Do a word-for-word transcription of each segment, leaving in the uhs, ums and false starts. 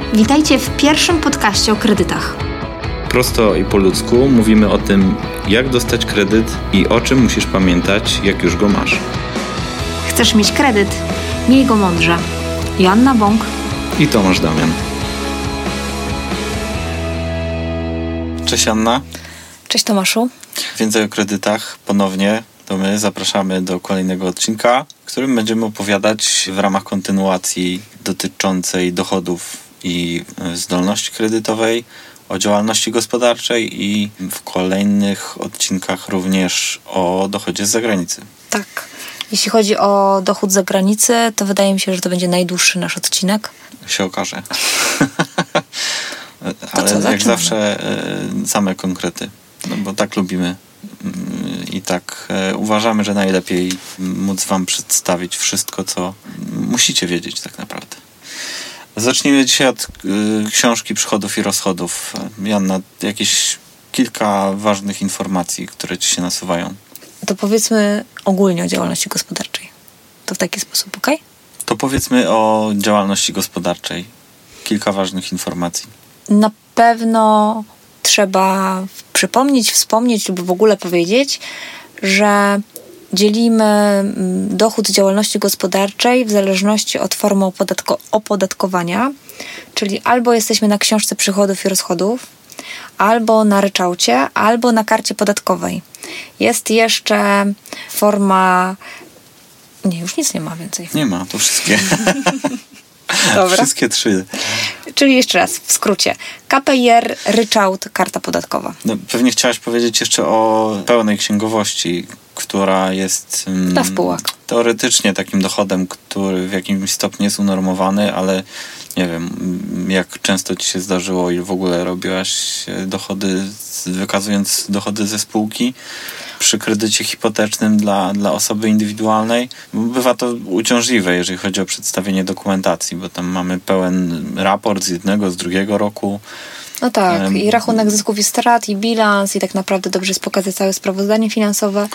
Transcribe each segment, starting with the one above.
Witajcie w pierwszym podcaście o kredytach. Prosto i po ludzku mówimy o tym, jak dostać kredyt i o czym musisz pamiętać, jak już go masz. Chcesz mieć kredyt? Miej go mądrze. Joanna Bąk i Tomasz Damian. Cześć Anna. Cześć Tomaszu. Więcej o kredytach ponownie. To my zapraszamy do kolejnego odcinka, w którym będziemy opowiadać w ramach kontynuacji dotyczącej dochodów i zdolności kredytowej, o działalności gospodarczej i w kolejnych odcinkach również o dochodzie z zagranicy. Tak. Jeśli chodzi o dochód z zagranicy, to wydaje mi się, że to będzie najdłuższy nasz odcinek. Się okaże. Ale co, jak zawsze same konkrety. No bo tak lubimy. I tak uważamy, że najlepiej móc wam przedstawić wszystko, co musicie wiedzieć tak naprawdę. Zacznijmy dzisiaj od y, książki przychodów i rozchodów. Joanna, jakieś kilka ważnych informacji, które ci się nasuwają. To powiedzmy ogólnie o działalności gospodarczej. To w taki sposób, okej? Okay? To powiedzmy o działalności gospodarczej. Kilka ważnych informacji. Na pewno trzeba przypomnieć, wspomnieć lub w ogóle powiedzieć, że dzielimy dochód z działalności gospodarczej w zależności od formy opodatko- opodatkowania, czyli albo jesteśmy na książce przychodów i rozchodów, albo na ryczałcie, albo na karcie podatkowej. Jest jeszcze forma... Nie, już nic nie ma więcej. Nie ma, to wszystkie. Dobra. Wszystkie trzy. Czyli jeszcze raz, w skrócie. K P I R, ryczałt, karta podatkowa. No, pewnie chciałaś powiedzieć jeszcze o pełnej księgowości, która jest Dla spółek. Teoretycznie takim dochodem, który w jakimś stopniu jest unormowany, ale nie wiem, jak często ci się zdarzyło i w ogóle robiłaś dochody, wykazując dochody ze spółki przy kredycie hipotecznym dla, dla osoby indywidualnej. Bywa to uciążliwe, jeżeli chodzi o przedstawienie dokumentacji, bo tam mamy pełen raport z jednego, z drugiego roku. No tak, i rachunek zysków i strat, i bilans, i tak naprawdę dobrze jest pokazać całe sprawozdanie finansowe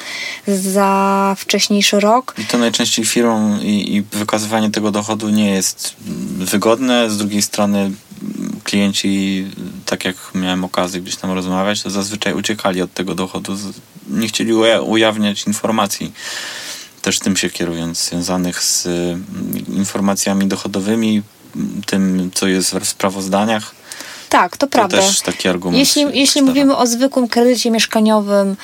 za wcześniejszy rok. I to najczęściej firmom i, i wykazywanie tego dochodu nie jest wygodne. Z drugiej strony klienci, tak jak miałem okazję gdzieś tam rozmawiać, to zazwyczaj uciekali od tego dochodu. Nie chcieli ujawniać informacji, też tym się kierując, związanych z informacjami dochodowymi, tym, co jest w sprawozdaniach. Tak, to, to prawda. To też taki argument. Jeśli, jeśli mówimy o zwykłym kredycie mieszkaniowym,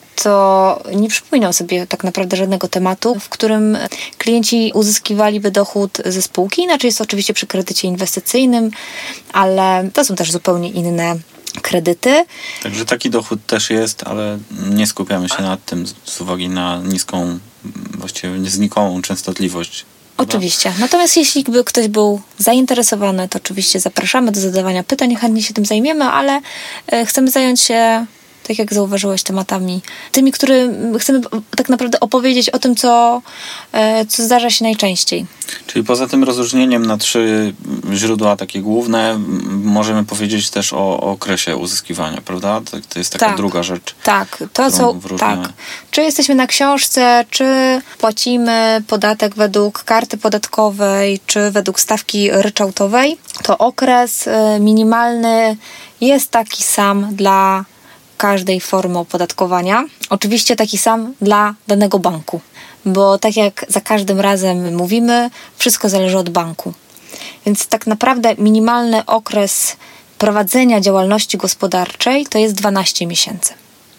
to nie przypominam sobie tak naprawdę żadnego tematu, w którym klienci uzyskiwaliby dochód ze spółki. Inaczej jest to oczywiście przy kredycie inwestycyjnym, ale to są też zupełnie inne kredyty. Także taki dochód też jest, ale nie skupiamy się nad tym z uwagi na niską, właściwie znikomą częstotliwość. Oczywiście. Natomiast jeśli by ktoś był zainteresowany, to oczywiście zapraszamy do zadawania pytań, chętnie się tym zajmiemy, ale chcemy zająć się, tak jak zauważyłeś, tematami tymi, które chcemy tak naprawdę opowiedzieć o tym, co, co zdarza się najczęściej. Czyli poza tym rozróżnieniem na trzy źródła takie główne, możemy powiedzieć też o, o okresie uzyskiwania, prawda? To, to jest taka tak, druga rzecz. Tak, to co, tak. Czy jesteśmy na książce, czy płacimy podatek według karty podatkowej, czy według stawki ryczałtowej, to okres minimalny jest taki sam dla każdej formy opodatkowania. Oczywiście taki sam dla danego banku, bo tak jak za każdym razem mówimy, wszystko zależy od banku. Więc tak naprawdę minimalny okres prowadzenia działalności gospodarczej to jest dwanaście miesięcy.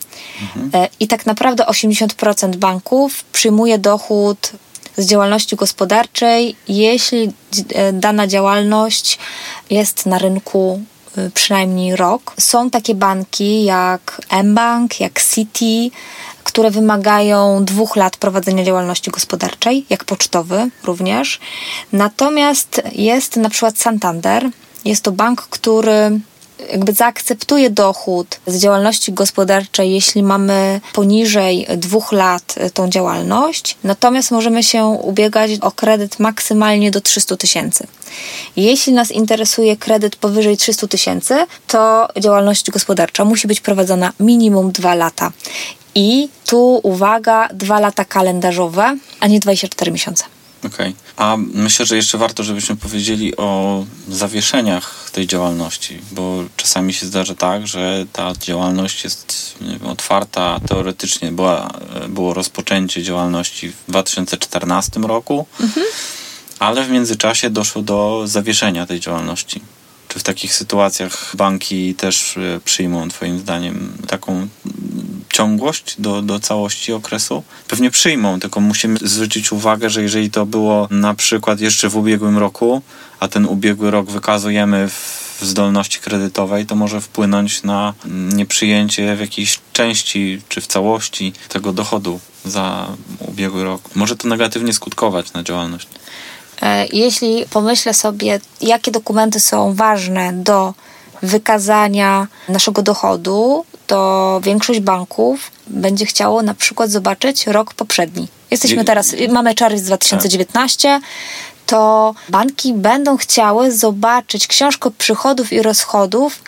Mhm. I tak naprawdę osiemdziesiąt procent banków przyjmuje dochód z działalności gospodarczej, jeśli dana działalność jest na rynku przynajmniej rok. Są takie banki jak mBank, jak Citi, które wymagają dwóch lat prowadzenia działalności gospodarczej, jak pocztowy również. Natomiast jest na przykład Santander. Jest to bank, który jakby zaakceptuje dochód z działalności gospodarczej, jeśli mamy poniżej dwóch lat tą działalność, natomiast możemy się ubiegać o kredyt maksymalnie do trzysta tysięcy. Jeśli nas interesuje kredyt powyżej trzysta tysięcy, to działalność gospodarcza musi być prowadzona minimum dwa lata. I tu uwaga, dwa lata kalendarzowe, a nie dwadzieścia cztery miesiące. Okej. Okay. A myślę, że jeszcze warto, żebyśmy powiedzieli o zawieszeniach tej działalności, bo czasami się zdarza tak, że ta działalność jest nie wiem, otwarta, teoretycznie była, było rozpoczęcie działalności w dwa tysiące czternastym roku, mhm. ale w międzyczasie doszło do zawieszenia tej działalności. Czy w takich sytuacjach banki też przyjmą twoim zdaniem taką ciągłość do, do całości okresu? Pewnie przyjmą, tylko musimy zwrócić uwagę, że jeżeli to było na przykład jeszcze w ubiegłym roku, a ten ubiegły rok wykazujemy w zdolności kredytowej, to może wpłynąć na nieprzyjęcie w jakiejś części czy w całości tego dochodu za ubiegły rok. Może to negatywnie skutkować na działalność. Jeśli pomyślę sobie, jakie dokumenty są ważne do wykazania naszego dochodu, to większość banków będzie chciało na przykład zobaczyć rok poprzedni. Jesteśmy teraz, mamy czerwiec dwa tysiące dziewiętnasty, to banki będą chciały zobaczyć książkę przychodów i rozchodów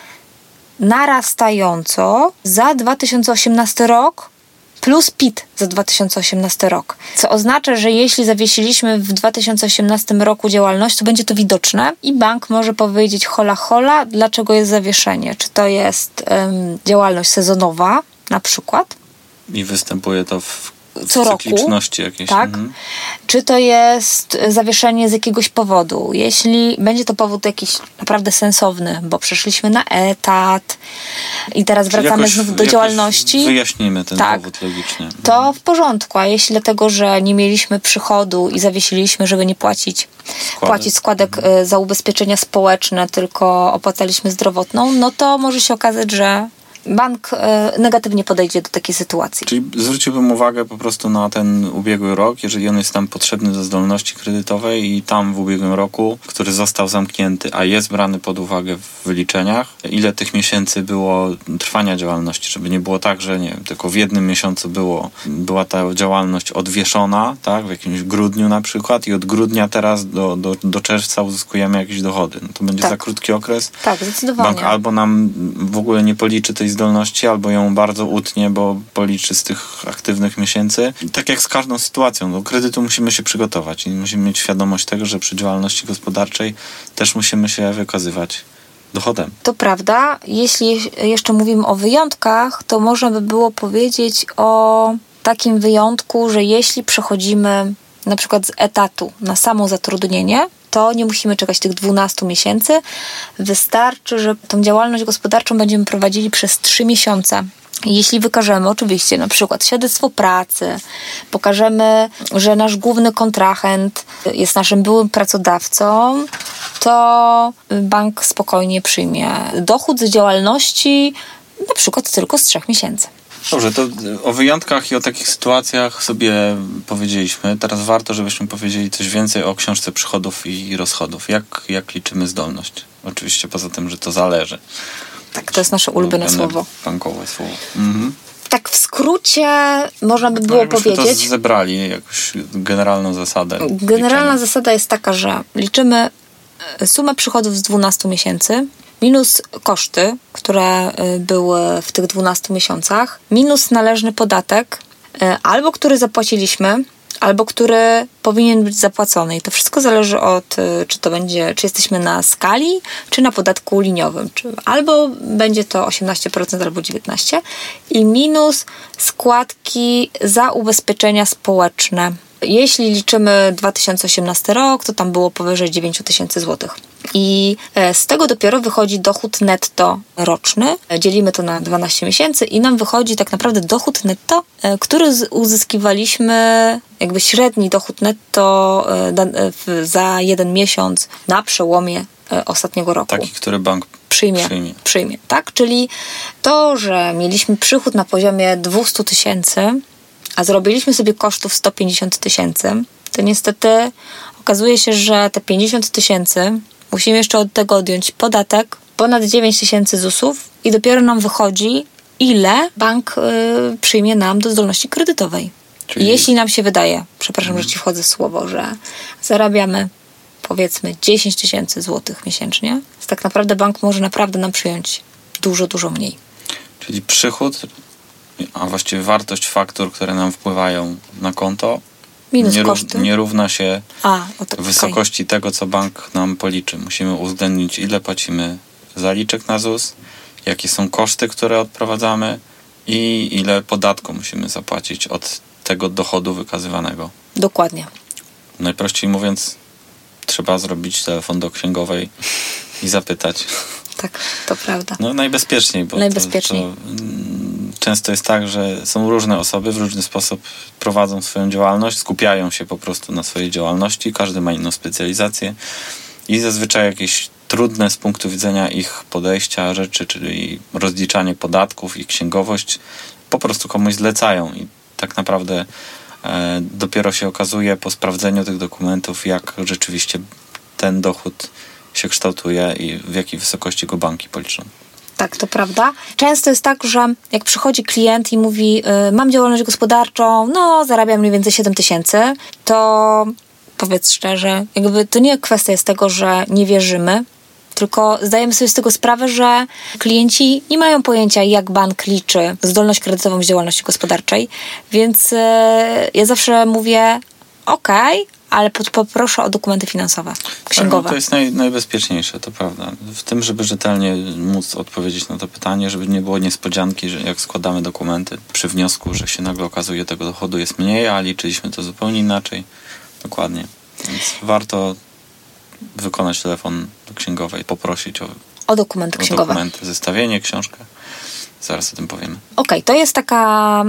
narastająco za dwa tysiące osiemnasty rok plus P I T za dwa tysiące osiemnasty rok. Co oznacza, że jeśli zawiesiliśmy w dwa tysiące osiemnastym roku działalność, to będzie to widoczne i bank może powiedzieć hola hola, dlaczego jest zawieszenie. Czy to jest um, działalność sezonowa na przykład. I występuje to w co roku, jakieś. Tak? Mhm. Czy to jest zawieszenie z jakiegoś powodu? Jeśli będzie to powód jakiś naprawdę sensowny, bo przeszliśmy na etat i teraz Czyli wracamy jakoś, znów do działalności. Wyjaśnimy ten tak, powód logicznie. To w porządku, a jeśli dlatego, że nie mieliśmy przychodu i zawiesiliśmy, żeby nie płacić składek, płacić składek mhm. za ubezpieczenia społeczne, tylko opłacaliśmy zdrowotną, no to może się okazać, że bank e, negatywnie podejdzie do takiej sytuacji. Czyli zwróciłbym uwagę po prostu na ten ubiegły rok, jeżeli on jest nam potrzebny do zdolności kredytowej i tam w ubiegłym roku, który został zamknięty, a jest brany pod uwagę w wyliczeniach, ile tych miesięcy było trwania działalności, żeby nie było tak, że nie wiem, tylko w jednym miesiącu było, była ta działalność odwieszona, tak, w jakimś grudniu na przykład i od grudnia teraz do, do, do czerwca uzyskujemy jakieś dochody. No to będzie tak. za krótki okres. Tak, zdecydowanie. Bank albo nam w ogóle nie policzy tej zdolności, albo ją bardzo utnie, bo policzy z tych aktywnych miesięcy. Tak jak z każdą sytuacją, do kredytu musimy się przygotować i musimy mieć świadomość tego, że przy działalności gospodarczej też musimy się wykazywać dochodem. To prawda. Jeśli jeszcze mówimy o wyjątkach, to można by było powiedzieć o takim wyjątku, że jeśli przechodzimy na przykład z etatu na samozatrudnienie, to nie musimy czekać tych dwunastu miesięcy. Wystarczy, że tą działalność gospodarczą będziemy prowadzili przez trzy miesiące. Jeśli wykażemy oczywiście na przykład świadectwo pracy, pokażemy, że nasz główny kontrahent jest naszym byłym pracodawcą, to bank spokojnie przyjmie dochód z działalności na przykład tylko z trzech miesięcy. Dobrze, to o wyjątkach i o takich sytuacjach sobie powiedzieliśmy. Teraz warto, żebyśmy powiedzieli coś więcej o książce przychodów i rozchodów. Jak, jak liczymy zdolność? Oczywiście poza tym, że to zależy. Tak, to jest nasze ulubione słowo. Bankowe słowo. Mhm. Tak w skrócie można by było no, powiedzieć... to zebrali jakąś generalną zasadę. Generalna liczenia. zasada jest taka, że liczymy sumę przychodów z dwunastu miesięcy minus koszty, które były w tych dwunastu miesiącach, minus należny podatek, albo który zapłaciliśmy, albo który powinien być zapłacony. I to wszystko zależy od, czy to będzie, czy jesteśmy na skali, czy na podatku liniowym. Czy albo będzie to osiemnaście procent, albo dziewiętnaście procent. I minus składki za ubezpieczenia społeczne. Jeśli liczymy dwa tysiące osiemnasty rok, to tam było powyżej dziewięć tysięcy złotych. I z tego dopiero wychodzi dochód netto roczny. Dzielimy to na dwanaście miesięcy i nam wychodzi tak naprawdę dochód netto, który uzyskiwaliśmy, jakby średni dochód netto za jeden miesiąc na przełomie ostatniego roku. Taki, który bank przyjmie. Przyjmie. przyjmie tak? Czyli to, że mieliśmy przychód na poziomie dwieście tysięcy, a zrobiliśmy sobie kosztów sto pięćdziesiąt tysięcy, to niestety okazuje się, że te pięćdziesiąt tysięcy musimy jeszcze od tego odjąć podatek, ponad dziewięć tysięcy zusów i dopiero nam wychodzi, ile bank y, przyjmie nam do zdolności kredytowej. Czyli... Jeśli nam się wydaje, przepraszam, hmm. że ci wchodzę w słowo, że zarabiamy powiedzmy dziesięć tysięcy złotych miesięcznie, to tak naprawdę bank może naprawdę nam przyjąć dużo, dużo mniej. Czyli przychód, a właściwie wartość faktur, które nam wpływają na konto, minus nie, koszty. Nie równa się A, to, wysokości okay. tego, co bank nam policzy. Musimy uwzględnić, ile płacimy zaliczek na ZUS, jakie są koszty, które odprowadzamy i ile podatku musimy zapłacić od tego dochodu wykazywanego. Dokładnie. Najprościej mówiąc, trzeba zrobić telefon do księgowej i zapytać. Tak, to prawda. No najbezpieczniej, bo najbezpieczniej. To, to często jest tak, że są różne osoby, w różny sposób prowadzą swoją działalność, skupiają się po prostu na swojej działalności, każdy ma inną specjalizację i zazwyczaj jakieś trudne z punktu widzenia ich podejścia rzeczy, czyli rozliczanie podatków i księgowość, po prostu komuś zlecają i tak naprawdę e, dopiero się okazuje po sprawdzeniu tych dokumentów, jak rzeczywiście ten dochód się kształtuje i w jakiej wysokości go banki policzą. Tak, to prawda. Często jest tak, że jak przychodzi klient i mówi, y, mam działalność gospodarczą, no zarabiam mniej więcej siedem tysięcy, to powiedz szczerze, jakby to nie kwestia jest tego, że nie wierzymy, tylko zdajemy sobie z tego sprawę, że klienci nie mają pojęcia, jak bank liczy zdolność kredytową z działalności gospodarczej, więc y, ja zawsze mówię, okej, okay, ale poproszę o dokumenty finansowe, księgowe. Tak, no to jest naj, najbezpieczniejsze, to prawda. W tym, żeby rzetelnie móc odpowiedzieć na to pytanie, żeby nie było niespodzianki, że jak składamy dokumenty przy wniosku, że się nagle okazuje, tego dochodu jest mniej, a liczyliśmy to zupełnie inaczej. Dokładnie. Więc warto wykonać telefon do księgowej, poprosić o, o dokumenty o księgowe. dokumenty, zestawienie, książkę. Zaraz o tym powiemy. Okej, okay, to jest taka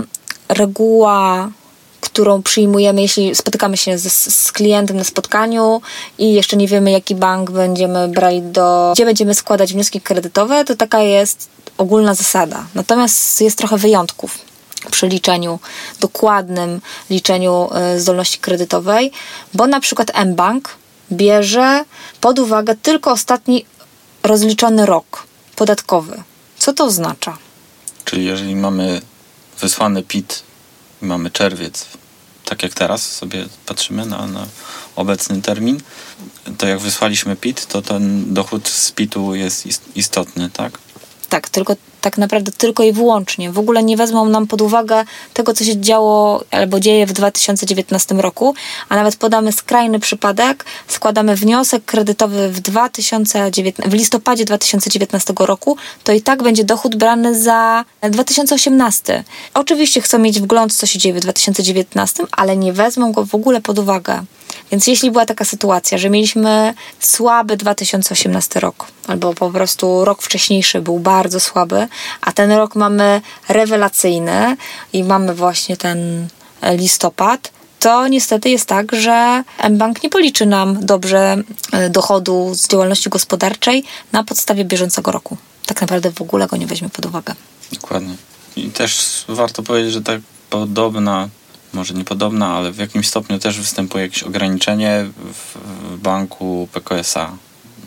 reguła, którą przyjmujemy, jeśli spotykamy się z, z klientem na spotkaniu i jeszcze nie wiemy, jaki bank będziemy brali do... gdzie będziemy składać wnioski kredytowe, to taka jest ogólna zasada. Natomiast jest trochę wyjątków przy liczeniu, dokładnym liczeniu zdolności kredytowej, bo na przykład mBank bierze pod uwagę tylko ostatni rozliczony rok podatkowy. Co to oznacza? Czyli jeżeli mamy wysłany P I T, mamy czerwiec, tak jak teraz sobie patrzymy na, na obecny termin, to jak wysłaliśmy P I T, to ten dochód z P I T-u jest istotny, tak? Tak, tylko tak naprawdę tylko i wyłącznie. W ogóle nie wezmą nam pod uwagę tego, co się działo albo dzieje w dwa tysiące dziewiętnastym roku, a nawet podamy skrajny przypadek, składamy wniosek kredytowy w, dwa tysiące dziewiętnastym, w listopadzie dwa tysiące dziewiętnastego roku, to i tak będzie dochód brany za dwa tysiące osiemnasty. Oczywiście chcą mieć wgląd, co się dzieje w dwa tysiące dziewiętnastym, ale nie wezmą go w ogóle pod uwagę. Więc jeśli była taka sytuacja, że mieliśmy słaby dwa tysiące osiemnasty rok, albo po prostu rok wcześniejszy był bardzo słaby, a ten rok mamy rewelacyjny i mamy właśnie ten listopad, to niestety jest tak, że mBank nie policzy nam dobrze dochodu z działalności gospodarczej na podstawie bieżącego roku. Tak naprawdę w ogóle go nie weźmie pod uwagę. Dokładnie. I też warto powiedzieć, że tak podobna, może nie podobna, ale w jakimś stopniu też występuje jakieś ograniczenie w, w banku P K S A.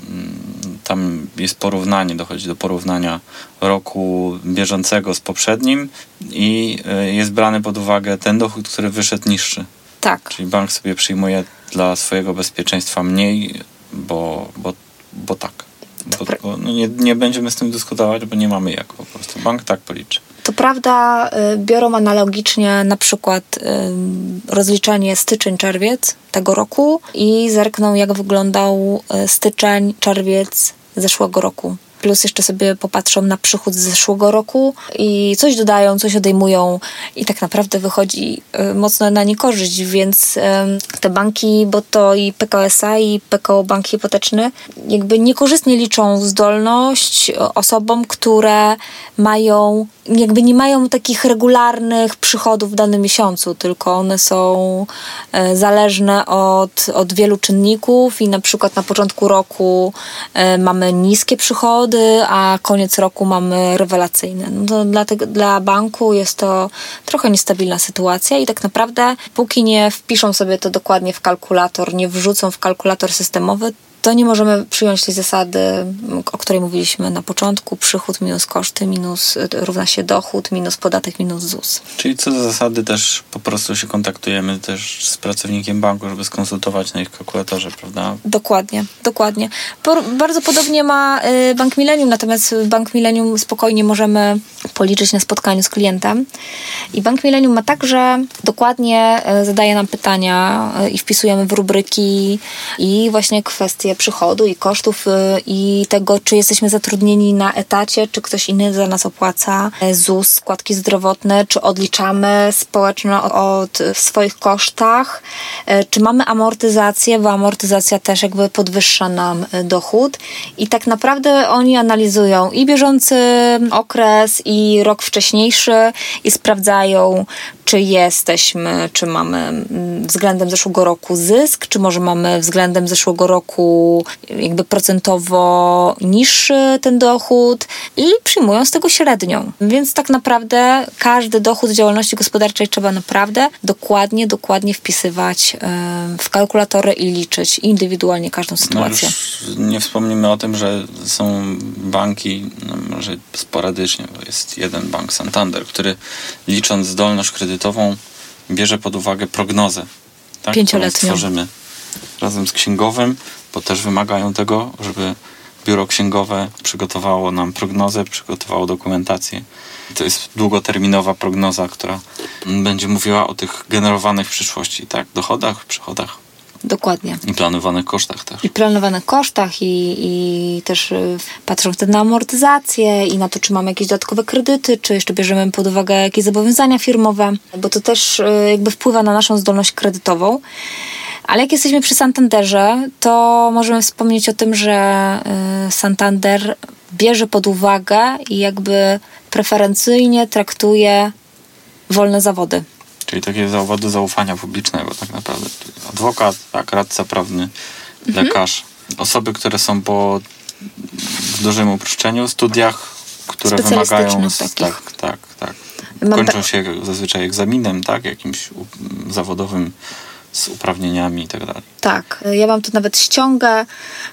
Tam jest porównanie, dochodzi do porównania roku bieżącego z poprzednim i jest brany pod uwagę ten dochód, który wyszedł niższy. Tak. Czyli bank sobie przyjmuje dla swojego bezpieczeństwa mniej, bo, bo, bo tak. Bo, bo no nie, nie będziemy z tym dyskutować, bo nie mamy jak po prostu. Bank tak policzy. To prawda, biorą analogicznie na przykład rozliczenie styczeń-czerwiec tego roku i zerkną, jak wyglądał styczeń, czerwiec zeszłego roku. Plus jeszcze sobie popatrzą na przychód z zeszłego roku i coś dodają, coś odejmują i tak naprawdę wychodzi mocno na niekorzyść, więc te banki, bo to i P K S A i P K O Bank Hipoteczny jakby niekorzystnie liczą zdolność osobom, które mają, jakby nie mają takich regularnych przychodów w danym miesiącu, tylko one są zależne od, od wielu czynników i na przykład na początku roku mamy niskie przychody, a koniec roku mamy rewelacyjne. No to dla, tego, dla banku jest to trochę niestabilna sytuacja i tak naprawdę póki nie wpiszą sobie to dokładnie w kalkulator, nie wrzucą w kalkulator systemowy, to nie możemy przyjąć tej zasady, o której mówiliśmy na początku, przychód minus koszty, minus równa się dochód, minus podatek, minus ZUS. Czyli co do zasady też po prostu się kontaktujemy też z pracownikiem banku, żeby skonsultować na ich kalkulatorze, prawda? Dokładnie, dokładnie. Por- bardzo podobnie ma y, Bank Millennium, natomiast Bank Millennium spokojnie możemy policzyć na spotkaniu z klientem. I Bank Millennium ma tak, że dokładnie zadaje nam pytania i wpisujemy w rubryki i właśnie kwestie przychodu i kosztów i tego, czy jesteśmy zatrudnieni na etacie, czy ktoś inny za nas opłaca Z U S, składki zdrowotne, czy odliczamy społeczne od w swoich kosztach, czy mamy amortyzację, bo amortyzacja też jakby podwyższa nam dochód. I tak naprawdę oni analizują i bieżący okres, i rok wcześniejszy i sprawdzają, czy jesteśmy, czy mamy względem zeszłego roku zysk, czy może mamy względem zeszłego roku jakby procentowo niższy ten dochód i przyjmują z tego średnią. Więc tak naprawdę każdy dochód z działalności gospodarczej trzeba naprawdę dokładnie, dokładnie wpisywać w kalkulatory i liczyć indywidualnie każdą sytuację. No już nie wspomnimy o tym, że są banki, no może sporadycznie, bo jest jeden bank Santander, który licząc zdolność kredytową bierze pod uwagę prognozę, tak, pięcioletnią, którą stworzymy razem z księgowym, bo też wymagają tego, żeby biuro księgowe przygotowało nam prognozę, przygotowało dokumentację. To jest długoterminowa prognoza, która będzie mówiła o tych generowanych w przyszłości, tak, dochodach, przychodach. Dokładnie. I planowanych kosztach też. I planowanych kosztach i, i też y, patrzą wtedy na amortyzację i na to, czy mamy jakieś dodatkowe kredyty, czy jeszcze bierzemy pod uwagę jakieś zobowiązania firmowe, bo to też y, jakby wpływa na naszą zdolność kredytową. Ale jak jesteśmy przy Santanderze, to możemy wspomnieć o tym, że y, Santander bierze pod uwagę i jakby preferencyjnie traktuje wolne zawody. Czyli takie zawody zaufania publicznego tak naprawdę. Adwokat, tak, radca prawny, mhm. lekarz. Osoby, które są po w dużym uproszczeniu studiach, które wymagają... Tak, tak, tak. Kończą się zazwyczaj egzaminem, tak, jakimś zawodowym z uprawnieniami i tak dalej. Tak, ja mam tu nawet ściągę,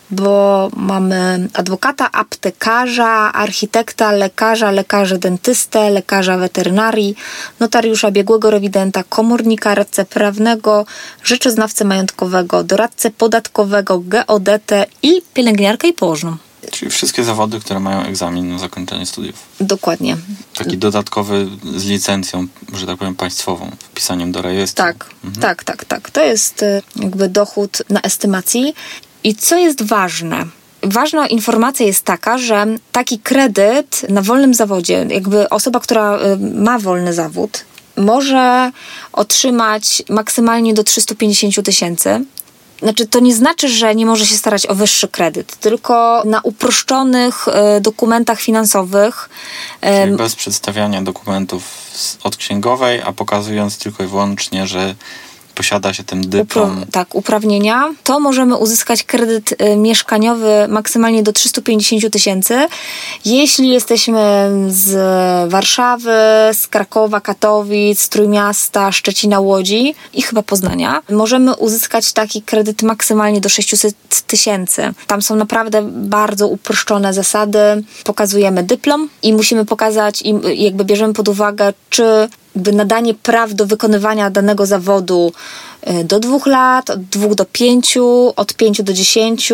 bo mamy adwokata, aptekarza, architekta, lekarza, lekarza dentystę, lekarza weterynarii, notariusza, biegłego rewidenta, komornika, radcę prawnego, rzeczoznawcę majątkowego, doradcę podatkowego, geodetę i pielęgniarkę i położną. Czyli wszystkie zawody, które mają egzamin na zakończenie studiów. Dokładnie. Taki dodatkowy z licencją, że tak powiem, państwową, wpisaniem do rejestru. Tak, mhm. tak, tak, tak. To jest jakby dochód na estymacji. I co jest ważne? Ważna informacja jest taka, że taki kredyt na wolnym zawodzie, jakby osoba, która ma wolny zawód, może otrzymać maksymalnie do trzysta pięćdziesiąt tysięcy. Znaczy, to nie znaczy, że nie może się starać o wyższy kredyt, tylko na uproszczonych y, dokumentach finansowych. Y, Czyli bez przedstawiania dokumentów od księgowej, a pokazując tylko i wyłącznie, że posiada się ten dyplom. Upra- tak, uprawnienia, to możemy uzyskać kredyt y, mieszkaniowy maksymalnie do trzysta pięćdziesiąt tysięcy. Jeśli jesteśmy z Warszawy, z Krakowa, Katowic, z Trójmiasta, Szczecina, Łodzi i chyba Poznania, możemy uzyskać taki kredyt maksymalnie do sześćset tysięcy. Tam są naprawdę bardzo uproszczone zasady. Pokazujemy dyplom i musimy pokazać, i jakby bierzemy pod uwagę, czy jakby nadanie praw do wykonywania danego zawodu do dwóch lat, od dwóch do pięciu, od pięciu do dziesięciu,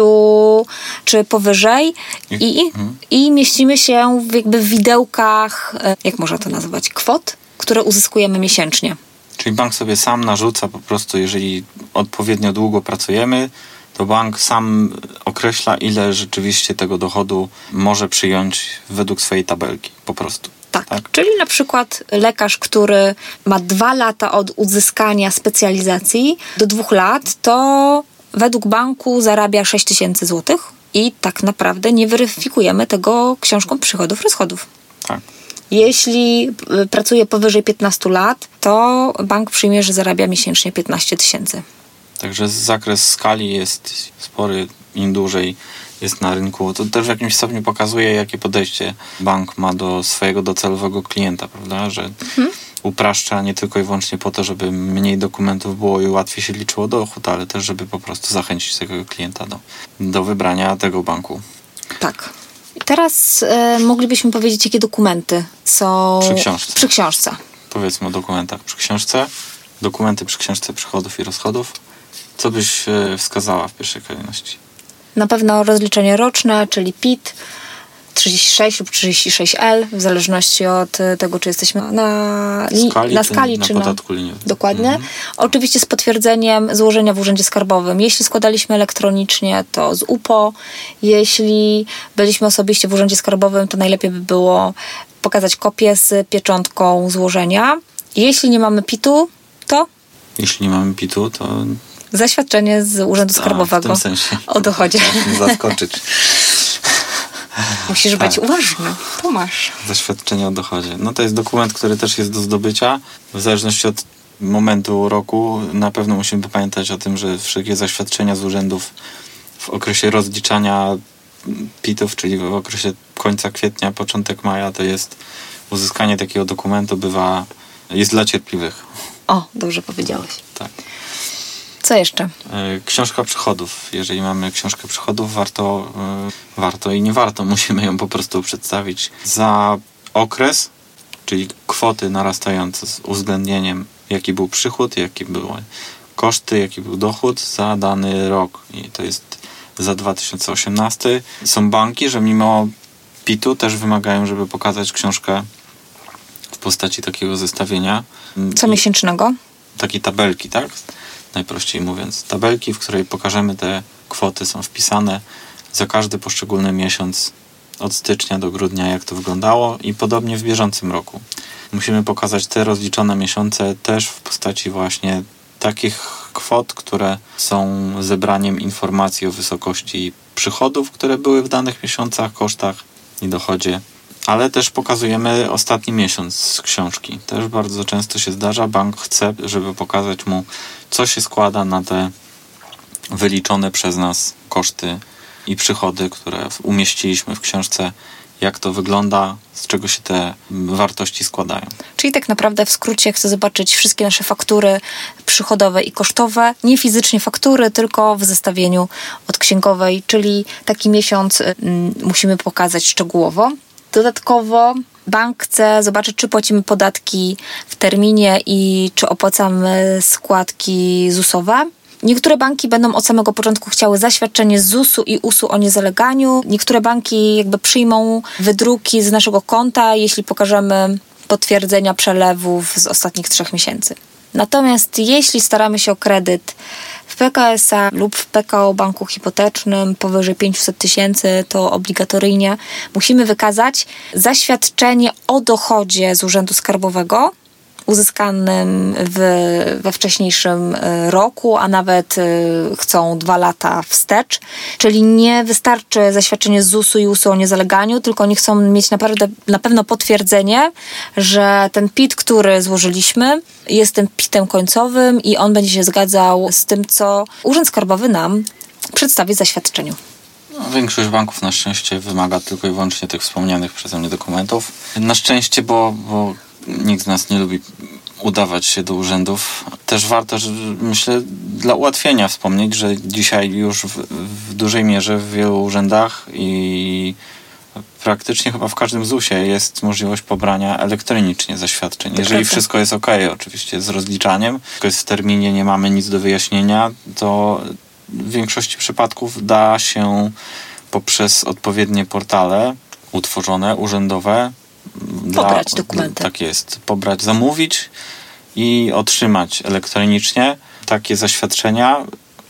czy powyżej. I, mhm. i mieścimy się w jakby w widełkach, jak można to nazwać, kwot, które uzyskujemy miesięcznie. Czyli bank sobie sam narzuca po prostu, jeżeli odpowiednio długo pracujemy, to bank sam określa, ile rzeczywiście tego dochodu może przyjąć według swojej tabelki, po prostu. Tak, tak, czyli na przykład lekarz, który ma dwa lata od uzyskania specjalizacji do dwóch lat, to według banku zarabia sześć tysięcy złotych i tak naprawdę nie weryfikujemy tego książką przychodów, rozchodów. Tak. Jeśli pracuje powyżej piętnastu lat, to bank przyjmie, że zarabia miesięcznie piętnaście tysięcy. Także zakres skali jest spory, im dłużej jest na rynku. To też w jakimś stopniu pokazuje, jakie podejście bank ma do swojego docelowego klienta, prawda? Że mhm. upraszcza nie tylko i wyłącznie po to, żeby mniej dokumentów było i łatwiej się liczyło dochód, ale też, żeby po prostu zachęcić tego klienta do, do wybrania tego banku. Tak. Teraz e, moglibyśmy powiedzieć, jakie dokumenty są przy książce. Przy książce. Powiedzmy o dokumentach przy książce. Dokumenty przy książce przychodów i rozchodów. Co byś wskazała w pierwszej kolejności? Na pewno rozliczenie roczne, czyli P I T. trzydzieści sześć lub trzydzieści sześć L, w zależności od tego, czy jesteśmy na skali, na skali czy, czy na na podatku liniowym. Dokładnie. Mhm. Oczywiście z potwierdzeniem złożenia w Urzędzie Skarbowym. Jeśli składaliśmy elektronicznie, to z U P O. Jeśli byliśmy osobiście w Urzędzie Skarbowym, to najlepiej by było pokazać kopię z pieczątką złożenia. Jeśli nie mamy P I T-u, to? Jeśli nie mamy P I T-u, to... Zaświadczenie z Urzędu Skarbowego. A, w tym sensie. O dochodzie. Zaskoczyć. Musisz tak. być uważny. Tu masz. Zaświadczenie o dochodzie. No to jest dokument, który też jest do zdobycia. W zależności od momentu roku na pewno musimy pamiętać o tym, że wszelkie zaświadczenia z urzędów w okresie rozliczania P I T-ów, czyli w okresie końca kwietnia, początek maja, to jest uzyskanie takiego dokumentu bywa, jest dla cierpliwych. O, dobrze powiedziałeś. Tak. Co jeszcze? Książka przychodów. Jeżeli mamy książkę przychodów, warto, warto i nie warto, musimy ją po prostu przedstawić za okres, czyli kwoty narastające z uwzględnieniem, jaki był przychód, jakie były koszty, jaki był dochód za dany rok. I to jest za dwa tysiące osiemnasty. Są banki, że mimo P I T-u też wymagają, żeby pokazać książkę w postaci takiego zestawienia. Co miesięcznego? Takiej tabelki, tak? Najprościej mówiąc. Tabelki, w której pokażemy te kwoty, są wpisane za każdy poszczególny miesiąc od stycznia do grudnia, jak to wyglądało i podobnie w bieżącym roku. Musimy pokazać te rozliczone miesiące też w postaci właśnie takich kwot, które są zebraniem informacji o wysokości przychodów, które były w danych miesiącach, kosztach i dochodzie. Ale też pokazujemy ostatni miesiąc z książki. Też bardzo często się zdarza, bank chce, żeby pokazać mu, co się składa na te wyliczone przez nas koszty i przychody, które umieściliśmy w książce, jak to wygląda, z czego się te wartości składają. Czyli tak naprawdę w skrócie chcę zobaczyć wszystkie nasze faktury przychodowe i kosztowe, nie fizycznie faktury, tylko w zestawieniu od księgowej, czyli taki miesiąc y, musimy pokazać szczegółowo. Dodatkowo bank chce zobaczyć, czy płacimy podatki w terminie i czy opłacamy składki zusowe. Niektóre banki będą od samego początku chciały zaświadczenie z zusu i usu o niezaleganiu. Niektóre banki jakby przyjmą wydruki z naszego konta, jeśli pokażemy potwierdzenia przelewów z ostatnich trzech miesięcy. Natomiast jeśli staramy się o kredyt w P K S A lub w P K O banku hipotecznym powyżej pięćset tysięcy, to obligatoryjnie musimy wykazać zaświadczenie o dochodzie z Urzędu Skarbowego uzyskanym w, we wcześniejszym roku, a nawet chcą dwa lata wstecz. Czyli nie wystarczy zaświadczenie z zusu i usu o niezaleganiu, tylko oni chcą mieć naprawdę na pewno potwierdzenie, że ten P I T, który złożyliśmy, jest tym P I T-em końcowym i on będzie się zgadzał z tym, co Urząd Skarbowy nam przedstawi w zaświadczeniu. No, większość banków na szczęście wymaga tylko i wyłącznie tych wspomnianych przeze mnie dokumentów. Na szczęście, bo, bo nikt z nas nie lubi udawać się do urzędów. Też warto, że, myślę, dla ułatwienia wspomnieć, że dzisiaj już w, w dużej mierze w wielu urzędach i praktycznie chyba w każdym zusie jest możliwość pobrania elektronicznie zaświadczeń. To Jeżeli prawda. Wszystko jest ok, oczywiście z rozliczaniem, tylko jest w terminie, nie mamy nic do wyjaśnienia, to w większości przypadków da się poprzez odpowiednie portale utworzone, urzędowe, pobrać dla, dokumenty. Tak jest. Pobrać, zamówić i otrzymać elektronicznie takie zaświadczenia.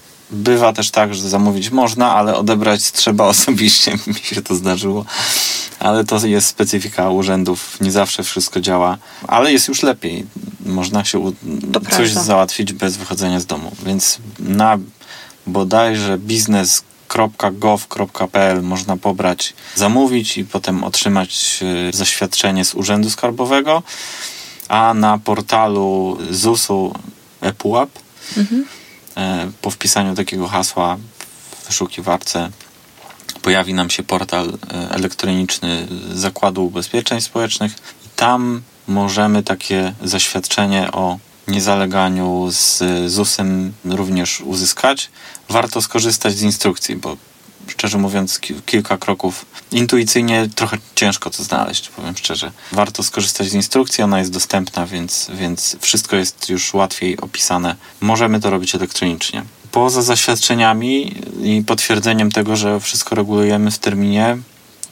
Bywa też tak, że zamówić można, ale odebrać trzeba osobiście. Mi się to zdarzyło. Ale to jest specyfika urzędów. Nie zawsze wszystko działa. Ale jest już lepiej. Można się u- coś załatwić bez wychodzenia z domu. Więc na bodajże biznes kropka gov kropka p l można pobrać, zamówić i potem otrzymać zaświadczenie z Urzędu Skarbowego, a na portalu zusu ePUAP mhm. po wpisaniu takiego hasła w wyszukiwarce pojawi nam się portal elektroniczny Zakładu Ubezpieczeń Społecznych i tam możemy takie zaświadczenie o niezaleganiu z zusem również uzyskać. Warto skorzystać z instrukcji, bo szczerze mówiąc ki- kilka kroków intuicyjnie trochę ciężko to znaleźć, powiem szczerze. Warto skorzystać z instrukcji, ona jest dostępna, więc, więc wszystko jest już łatwiej opisane. Możemy to robić elektronicznie. Poza zaświadczeniami i potwierdzeniem tego, że wszystko regulujemy w terminie,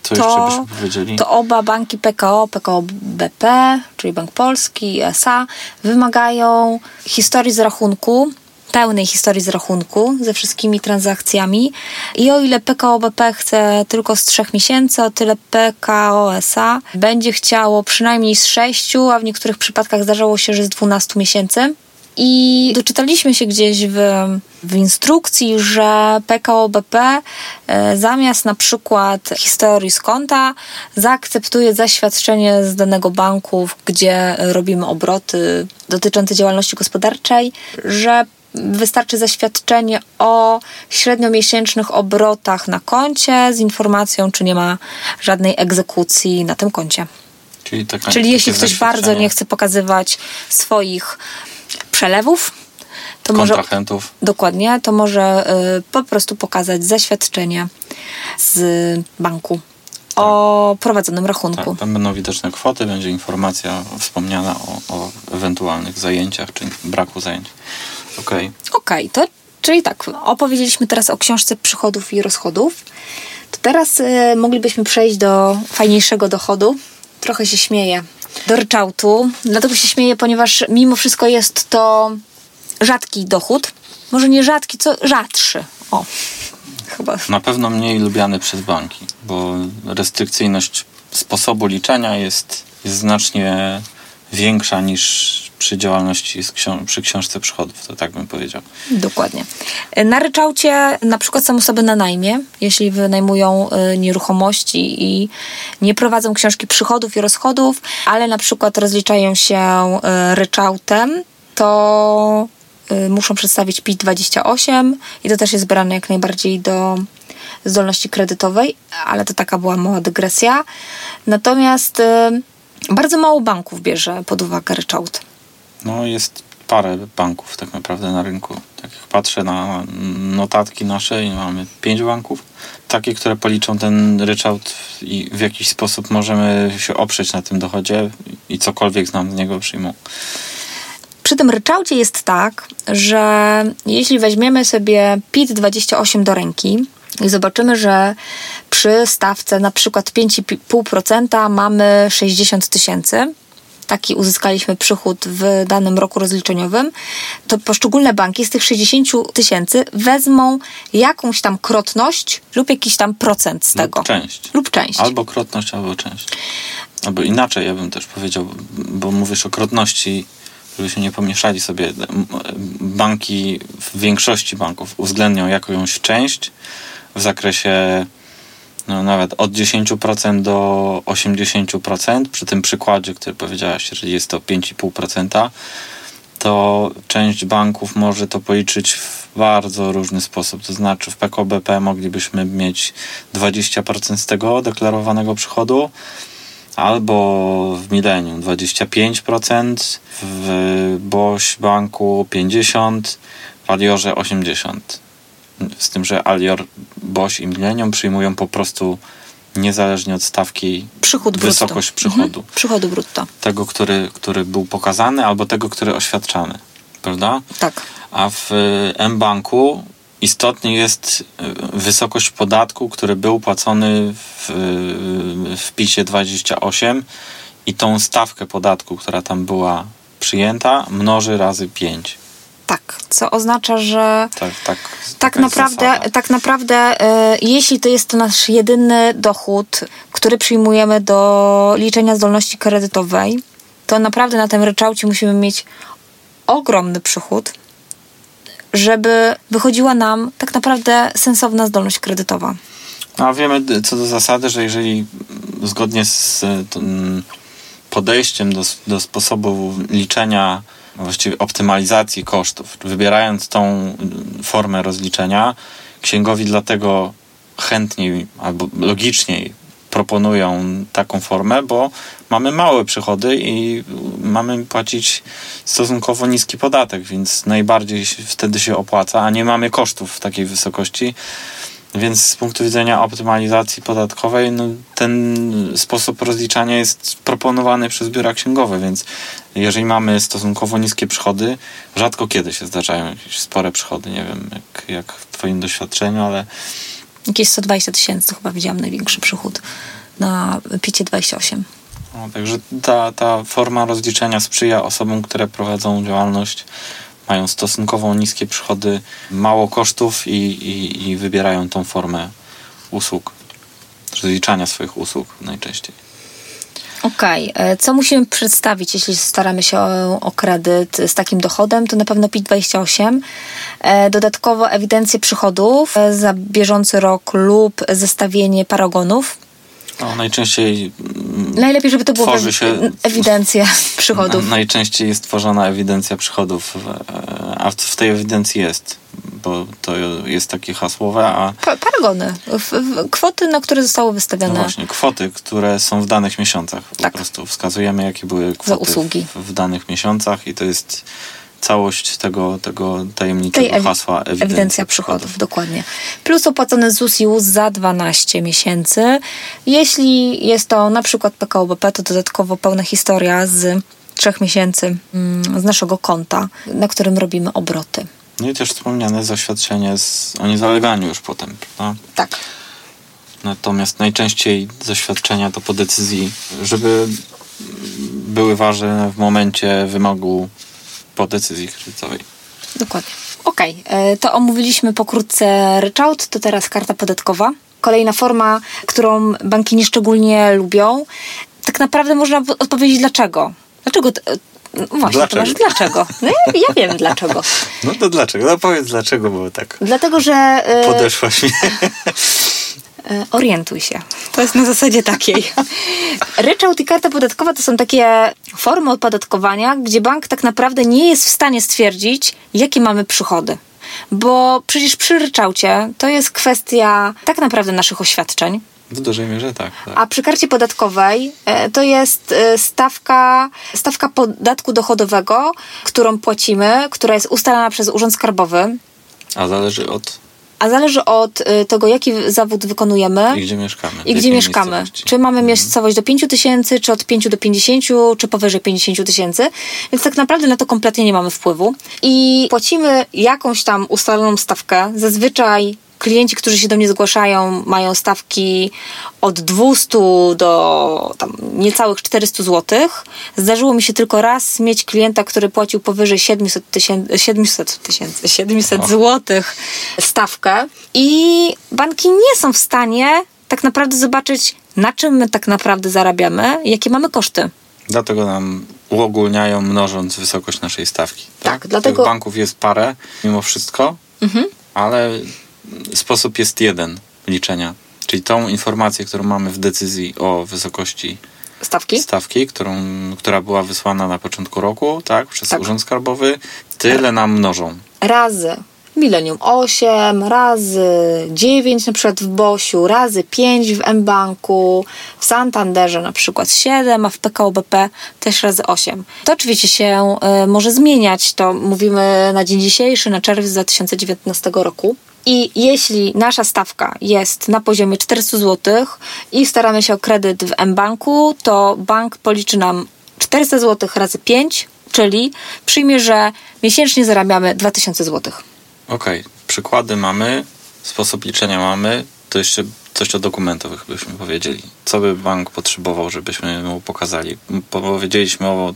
Co jeszcze byśmy powiedzieli? To oba banki P K O, P K O B P, czyli Bank Polski i S A, wymagają historii z rachunku, pełnej historii z rachunku ze wszystkimi transakcjami i o ile P K O B P chce tylko z trzech miesięcy, o tyle P K O S A będzie chciało przynajmniej z sześciu, a w niektórych przypadkach zdarzało się, że z dwunastu miesięcy. I doczytaliśmy się gdzieś w, w instrukcji, że P K O B P e, zamiast na przykład historii z konta zaakceptuje zaświadczenie z danego banku, gdzie robimy obroty dotyczące działalności gospodarczej, że wystarczy zaświadczenie o średniomiesięcznych obrotach na koncie z informacją, czy nie ma żadnej egzekucji na tym koncie. Czyli, taka, Czyli jeśli ktoś bardzo nie chce pokazywać swoich przelewów, to kontrahentów. Może, dokładnie, to może y, po prostu pokazać zaświadczenie z banku tak. o prowadzonym rachunku. Tak, tam będą widoczne kwoty, będzie informacja wspomniana o, o ewentualnych zajęciach, czy braku zajęć. Okej. Okay. Okej, okay, to czyli tak, opowiedzieliśmy teraz o książce przychodów i rozchodów. To teraz y, moglibyśmy przejść do fajniejszego dochodu. Trochę się śmieję. Do ryczałtu. Dlatego się śmieję, ponieważ mimo wszystko jest to rzadki dochód. Może nie rzadki, co rzadszy. O, chyba. Na pewno mniej lubiany przez banki, bo restrykcyjność sposobu liczenia jest, jest znacznie większa niż przy działalności z książ- przy książce przychodów, to tak bym powiedział. Dokładnie. Na ryczałcie na przykład są osoby na najmie, jeśli wynajmują y, nieruchomości i nie prowadzą książki przychodów i rozchodów, ale na przykład rozliczają się y, ryczałtem, to y, muszą przedstawić P I T dwadzieścia osiem i to też jest brane jak najbardziej do zdolności kredytowej, ale to taka była mała dygresja. Natomiast y, bardzo mało banków bierze pod uwagę ryczałt. No jest parę banków tak naprawdę na rynku. Tak jak patrzę na notatki nasze i mamy pięć banków. Takie, które policzą ten ryczałt i w jakiś sposób możemy się oprzeć na tym dochodzie i cokolwiek nam z niego przyjmą. Przy tym ryczałcie jest tak, że jeśli weźmiemy sobie P I T dwadzieścia osiem do ręki i zobaczymy, że przy stawce na przykład pięć i pół procent mamy sześćdziesiąt tysięcy, taki uzyskaliśmy przychód w danym roku rozliczeniowym, to poszczególne banki z tych sześćdziesiąt tysięcy wezmą jakąś tam krotność lub jakiś tam procent z tego. Lub część. Lub część. Albo krotność, albo część. Albo inaczej, ja bym też powiedział, bo mówisz o krotności, żebyśmy nie pomieszali sobie. Banki, w większości banków uwzględnią jakąś część w zakresie no, nawet od dziesięć procent do osiemdziesiąt procent. Przy tym przykładzie, który powiedziałaś, że jest to pięć i pół procent, to część banków może to policzyć w bardzo różny sposób. To znaczy w P K O B P moglibyśmy mieć dwadzieścia procent z tego deklarowanego przychodu, albo w Millennium dwadzieścia pięć procent, w Boś Banku pięćdziesiąt procent, w Aliorze osiemdziesiąt procent. Z tym, że Alior, Boś i Millennium przyjmują po prostu niezależnie od stawki Przychód wysokość brutto. przychodu. Mhm. Przychodu brutto. Tego, który, który był pokazany, albo tego, który oświadczany. Prawda? Tak. A w mBanku istotnie jest wysokość podatku, który był płacony w, w P I T-ie dwadzieścia osiem i tą stawkę podatku, która tam była przyjęta, mnoży razy pięć. Tak, co oznacza, że tak, tak, tak naprawdę, tak naprawdę y, jeśli to jest to nasz jedyny dochód, który przyjmujemy do liczenia zdolności kredytowej, to naprawdę na tym ryczałcie musimy mieć ogromny przychód, żeby wychodziła nam tak naprawdę sensowna zdolność kredytowa. A wiemy co do zasady, że jeżeli zgodnie z tym podejściem do, do sposobu liczenia, właściwie optymalizacji kosztów, wybierając tą formę rozliczenia, księgowi dlatego chętniej albo logiczniej proponują taką formę, bo mamy małe przychody i mamy płacić stosunkowo niski podatek, więc najbardziej wtedy się opłaca, a nie mamy kosztów w takiej wysokości. Więc z punktu widzenia optymalizacji podatkowej no, ten sposób rozliczania jest proponowany przez biura księgowe, więc jeżeli mamy stosunkowo niskie przychody, rzadko kiedy się zdarzają jakieś spore przychody, nie wiem jak, jak w twoim doświadczeniu, ale jakieś sto dwadzieścia tysięcy to chyba widziałam największy przychód. na picie dwadzieścia osiem. No, także ta, ta forma rozliczenia sprzyja osobom, które prowadzą działalność, mają stosunkowo niskie przychody, mało kosztów i, i, i wybierają tą formę usług, rozliczania swoich usług najczęściej. Okej, okay. Co musimy przedstawić, jeśli staramy się o, o kredyt z takim dochodem? To na pewno PIT dwadzieścia osiem. Dodatkowo ewidencję przychodów za bieżący rok lub zestawienie paragonów. No, najczęściej Najlepiej, żeby to było tworzy się, ewidencja przychodów. Na, najczęściej jest tworzona ewidencja przychodów, a w tej ewidencji jest, bo to jest takie hasłowe, a... Pa- paragony. W, w, kwoty, na które zostały wystawione. No właśnie, kwoty, które są w danych miesiącach. Tak. Po prostu wskazujemy, jakie były kwoty za usługi. W, w danych miesiącach i to jest całość tego, tego tajemniczego Tej ewi- hasła ewidencja, ewidencja przychodów. przychodów. Dokładnie. Plus opłacony Z U S i U S za dwanaście miesięcy. Jeśli jest to na przykład P K O B P, to dodatkowo pełna historia z trzech miesięcy z naszego konta, na którym robimy obroty. No i też wspomniane zaświadczenie z, o niezaleganiu już potem, prawda? Tak. Natomiast najczęściej zaświadczenia to po decyzji, żeby były ważne w momencie wymogu po decyzji kredytowej. Dokładnie. Okej, okay. To omówiliśmy pokrótce ryczałt, to teraz karta podatkowa. Kolejna forma, którą banki nieszczególnie lubią. Tak naprawdę można odpowiedzieć dlaczego. Dlaczego... T- No właśnie, dlaczego? Tomasz, dlaczego? No ja, ja wiem dlaczego. No to dlaczego? No powiedz dlaczego, bo tak Dlatego, że... Yy, podeszłaś mi. yy, orientuj się. To jest na zasadzie takiej. Ryczałt i karta podatkowa to są takie formy opodatkowania, gdzie bank tak naprawdę nie jest w stanie stwierdzić, jakie mamy przychody. Bo przecież przy ryczałcie to jest kwestia tak naprawdę naszych oświadczeń. W dużej mierze tak, tak. A przy karcie podatkowej to jest stawka, stawka podatku dochodowego, którą płacimy, która jest ustalana przez Urząd Skarbowy. A zależy od... A zależy od tego, jaki zawód wykonujemy. I gdzie mieszkamy. I gdzie mieszkamy. Czy mamy miejscowość do pięciu tysięcy, czy od pięciu do pięćdziesięciu, czy powyżej pięćdziesięciu tysięcy. Więc tak naprawdę na to kompletnie nie mamy wpływu. I płacimy jakąś tam ustaloną stawkę. Zazwyczaj klienci, którzy się do mnie zgłaszają, mają stawki od dwustu do tam niecałych czterystu złotych. Zdarzyło mi się tylko raz mieć klienta, który płacił powyżej siedmiuset tysięcy, siedmiuset tysięcy, siedmiuset złotych stawkę. I banki nie są w stanie tak naprawdę zobaczyć, na czym my tak naprawdę zarabiamy, jakie mamy koszty. Dlatego nam uogólniają, mnożąc wysokość naszej stawki. Tak, tak dlatego... Tych banków jest parę, mimo wszystko, mhm. ale sposób jest jeden liczenia. Czyli tą informację, którą mamy w decyzji o wysokości stawki, stawki którą, która była wysłana na początku roku, tak, przez tak. Urząd Skarbowy, tyle nam mnożą. Razy Millennium osiem, razy dziewięć na przykład w Bosiu, razy pięć w mBanku, w Santanderze na przykład siedem, a w P K O B P też razy osiem. To oczywiście się y, może zmieniać, to mówimy na dzień dzisiejszy, na czerwiec dwa tysiące dziewiętnastego roku. I jeśli nasza stawka jest na poziomie czterysta złotych i staramy się o kredyt w mBanku, to bank policzy nam czterysta złotych razy pięć, czyli przyjmie, że miesięcznie zarabiamy dwa tysiące złotych. Okej, okay. Przykłady mamy, sposób liczenia mamy, to jeszcze coś o dokumentowych byśmy powiedzieli. Co by bank potrzebował, żebyśmy mu pokazali? Powiedzieliśmy o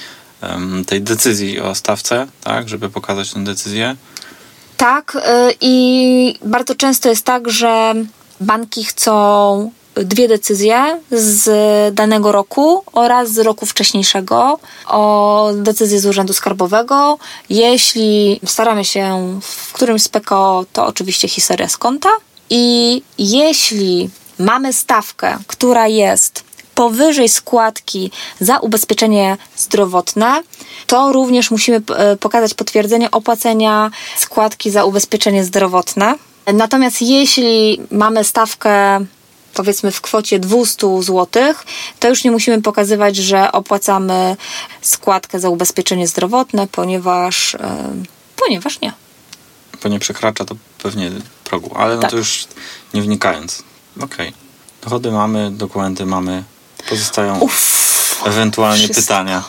um, tej decyzji o stawce, tak, żeby pokazać tę decyzję. Tak, yy, i bardzo często jest tak, że banki chcą dwie decyzje z danego roku oraz z roku wcześniejszego o decyzję z Urzędu Skarbowego. Jeśli staramy się w którymś z P K O, to oczywiście historia z konta. I jeśli mamy stawkę, która jest powyżej składki za ubezpieczenie zdrowotne, to również musimy pokazać potwierdzenie opłacenia składki za ubezpieczenie zdrowotne. Natomiast jeśli mamy stawkę powiedzmy w kwocie dwieście złotych, to już nie musimy pokazywać, że opłacamy składkę za ubezpieczenie zdrowotne, ponieważ, yy, ponieważ nie. Bo nie przekracza to pewnie progu, ale no tak. To już nie wnikając. Okej. Okay. Dochody mamy, dokumenty mamy, pozostają Uff, ewentualnie wszystko. Pytania,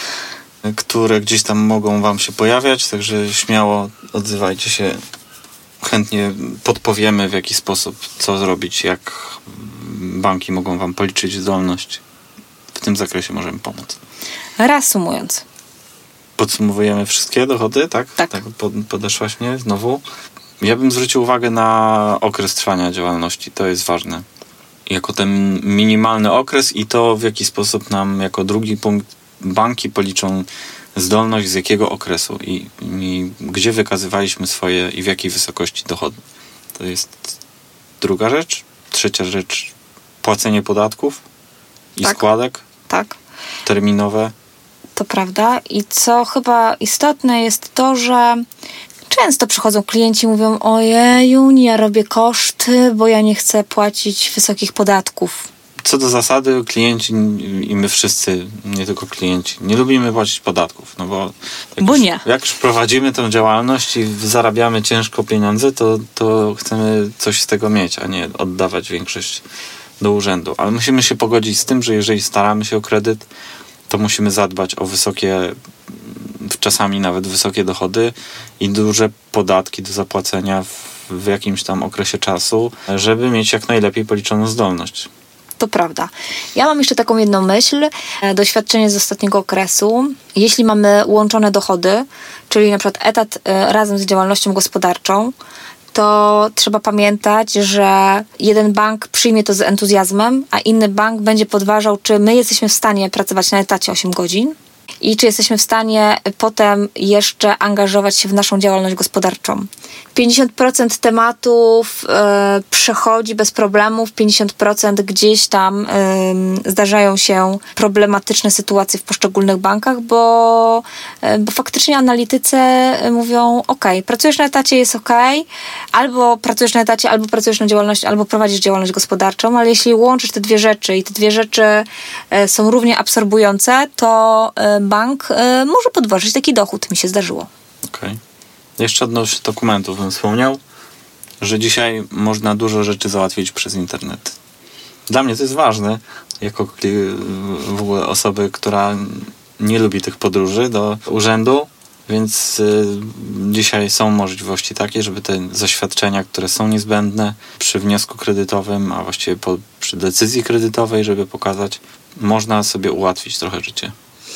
które gdzieś tam mogą wam się pojawiać, także śmiało odzywajcie się. Chętnie podpowiemy, w jaki sposób, co zrobić, jak banki mogą wam policzyć zdolność. W tym zakresie możemy pomóc. Reasumując. Podsumowujemy wszystkie dochody, tak? Tak. tak podeszłaś mnie znowu. Ja bym zwrócił uwagę na okres trwania działalności. To jest ważne. Jako ten minimalny okres i to, w jaki sposób nam jako drugi punkt banki policzą zdolność z jakiego okresu i, i gdzie wykazywaliśmy swoje i w jakiej wysokości dochody. To jest druga rzecz. Trzecia rzecz, płacenie podatków i tak. składek. Tak. Terminowe. To prawda. I co chyba istotne jest to, że często przychodzą klienci i mówią: ojeju, ja robię koszty, bo ja nie chcę płacić wysokich podatków. Co do zasady, klienci i my wszyscy, nie tylko klienci, nie lubimy płacić podatków, no bo, jak bo już, nie. Jak już prowadzimy tę działalność i zarabiamy ciężko pieniądze, to, to chcemy coś z tego mieć, a nie oddawać większość do urzędu. Ale musimy się pogodzić z tym, że jeżeli staramy się o kredyt, to musimy zadbać o wysokie, czasami nawet wysokie dochody i duże podatki do zapłacenia w, w jakimś tam okresie czasu, żeby mieć jak najlepiej policzoną zdolność. To prawda. Ja mam jeszcze taką jedną myśl, doświadczenie z ostatniego okresu. Jeśli mamy łączone dochody, czyli na przykład etat razem z działalnością gospodarczą, to trzeba pamiętać, że jeden bank przyjmie to z entuzjazmem, a inny bank będzie podważał, czy my jesteśmy w stanie pracować na etacie osiem godzin i czy jesteśmy w stanie potem jeszcze angażować się w naszą działalność gospodarczą. pięćdziesiąt procent tematów y, przechodzi bez problemów, pięćdziesiąt procent gdzieś tam y, zdarzają się problematyczne sytuacje w poszczególnych bankach, bo, y, bo faktycznie analitycy mówią: ok, pracujesz na etacie, jest ok, albo pracujesz na etacie, albo pracujesz na działalność, albo prowadzisz działalność gospodarczą, ale jeśli łączysz te dwie rzeczy i te dwie rzeczy y, są równie absorbujące, to y, bank y, może podważyć taki dochód. Mi się zdarzyło. Okej. Okay. Jeszcze odnośnie dokumentów bym wspomniał, że dzisiaj można dużo rzeczy załatwić przez internet. Dla mnie to jest ważne, jako w ogóle osoby, która nie lubi tych podróży do urzędu, więc y, dzisiaj są możliwości takie, żeby te zaświadczenia, które są niezbędne przy wniosku kredytowym, a właściwie po, przy decyzji kredytowej, żeby pokazać, można sobie ułatwić trochę życie.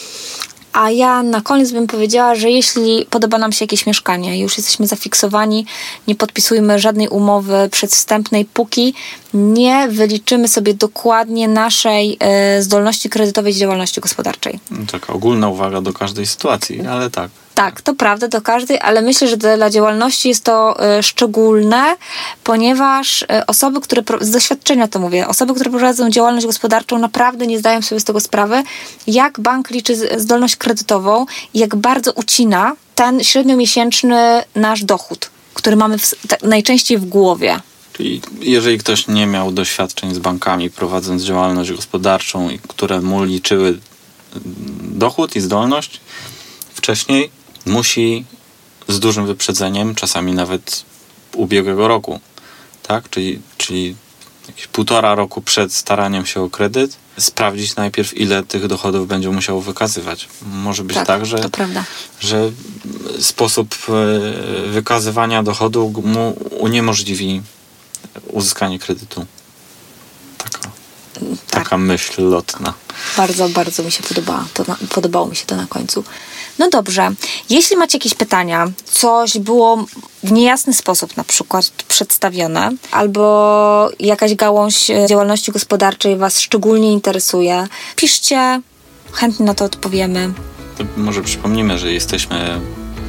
A ja na koniec bym powiedziała, że jeśli podoba nam się jakieś mieszkanie, już jesteśmy zafiksowani, nie podpisujmy żadnej umowy przedwstępnej, póki nie wyliczymy sobie dokładnie naszej y, zdolności kredytowej z działalności gospodarczej. Taka ogólna uwaga do każdej sytuacji, ale tak. Tak, to prawda, do każdej, ale myślę, że dla działalności jest to y, szczególne, ponieważ y, osoby, które, z doświadczenia to mówię, osoby, które prowadzą działalność gospodarczą, naprawdę nie zdają sobie z tego sprawy, jak bank liczy z, zdolność kredytową i jak bardzo ucina ten średniomiesięczny nasz dochód, który mamy w, tak, najczęściej w głowie. Czyli jeżeli ktoś nie miał doświadczeń z bankami prowadząc działalność gospodarczą, które mu liczyły dochód i zdolność wcześniej, musi z dużym wyprzedzeniem, czasami nawet ubiegłego roku, tak? Czyli, czyli jakieś półtora roku przed staraniem się o kredyt, sprawdzić najpierw, ile tych dochodów będzie musiał wykazywać. Może być tak, tak że, to prawda. że sposób wykazywania dochodu mu uniemożliwi uzyskanie kredytu. Taka, tak. taka myśl lotna. Bardzo, bardzo mi się podobała. To na, podobało mi się to na końcu. No dobrze. Jeśli macie jakieś pytania, coś było w niejasny sposób na przykład przedstawione, albo jakaś gałąź działalności gospodarczej was szczególnie interesuje, piszcie, chętnie na to odpowiemy. To może przypomnimy, że jesteśmy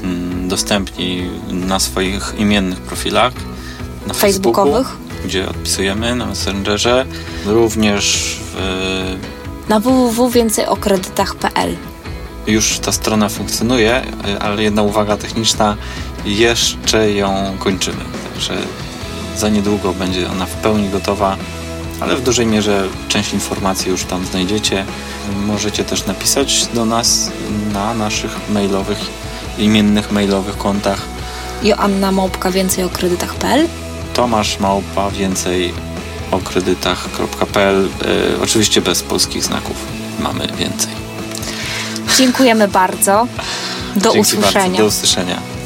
dostępni na swoich imiennych profilach na facebookowych, Facebooku, gdzie odpisujemy na Messengerze, również w... na w w w kropka więcej o kredytach kropka p l. Już ta strona funkcjonuje, ale jedna uwaga techniczna, jeszcze ją kończymy. Także za niedługo będzie ona w pełni gotowa, ale w dużej mierze część informacji już tam znajdziecie. Możecie też napisać do nas na naszych mailowych, imiennych mailowych kontach. Joanna Małpka więcej o kredytach kropka p l. Tomasz Małpa więcej o kredytach kropka p l. E, oczywiście bez polskich znaków. Mamy więcej. Dziękujemy bardzo. Do Dzięki usłyszenia. Bardzo. Do usłyszenia.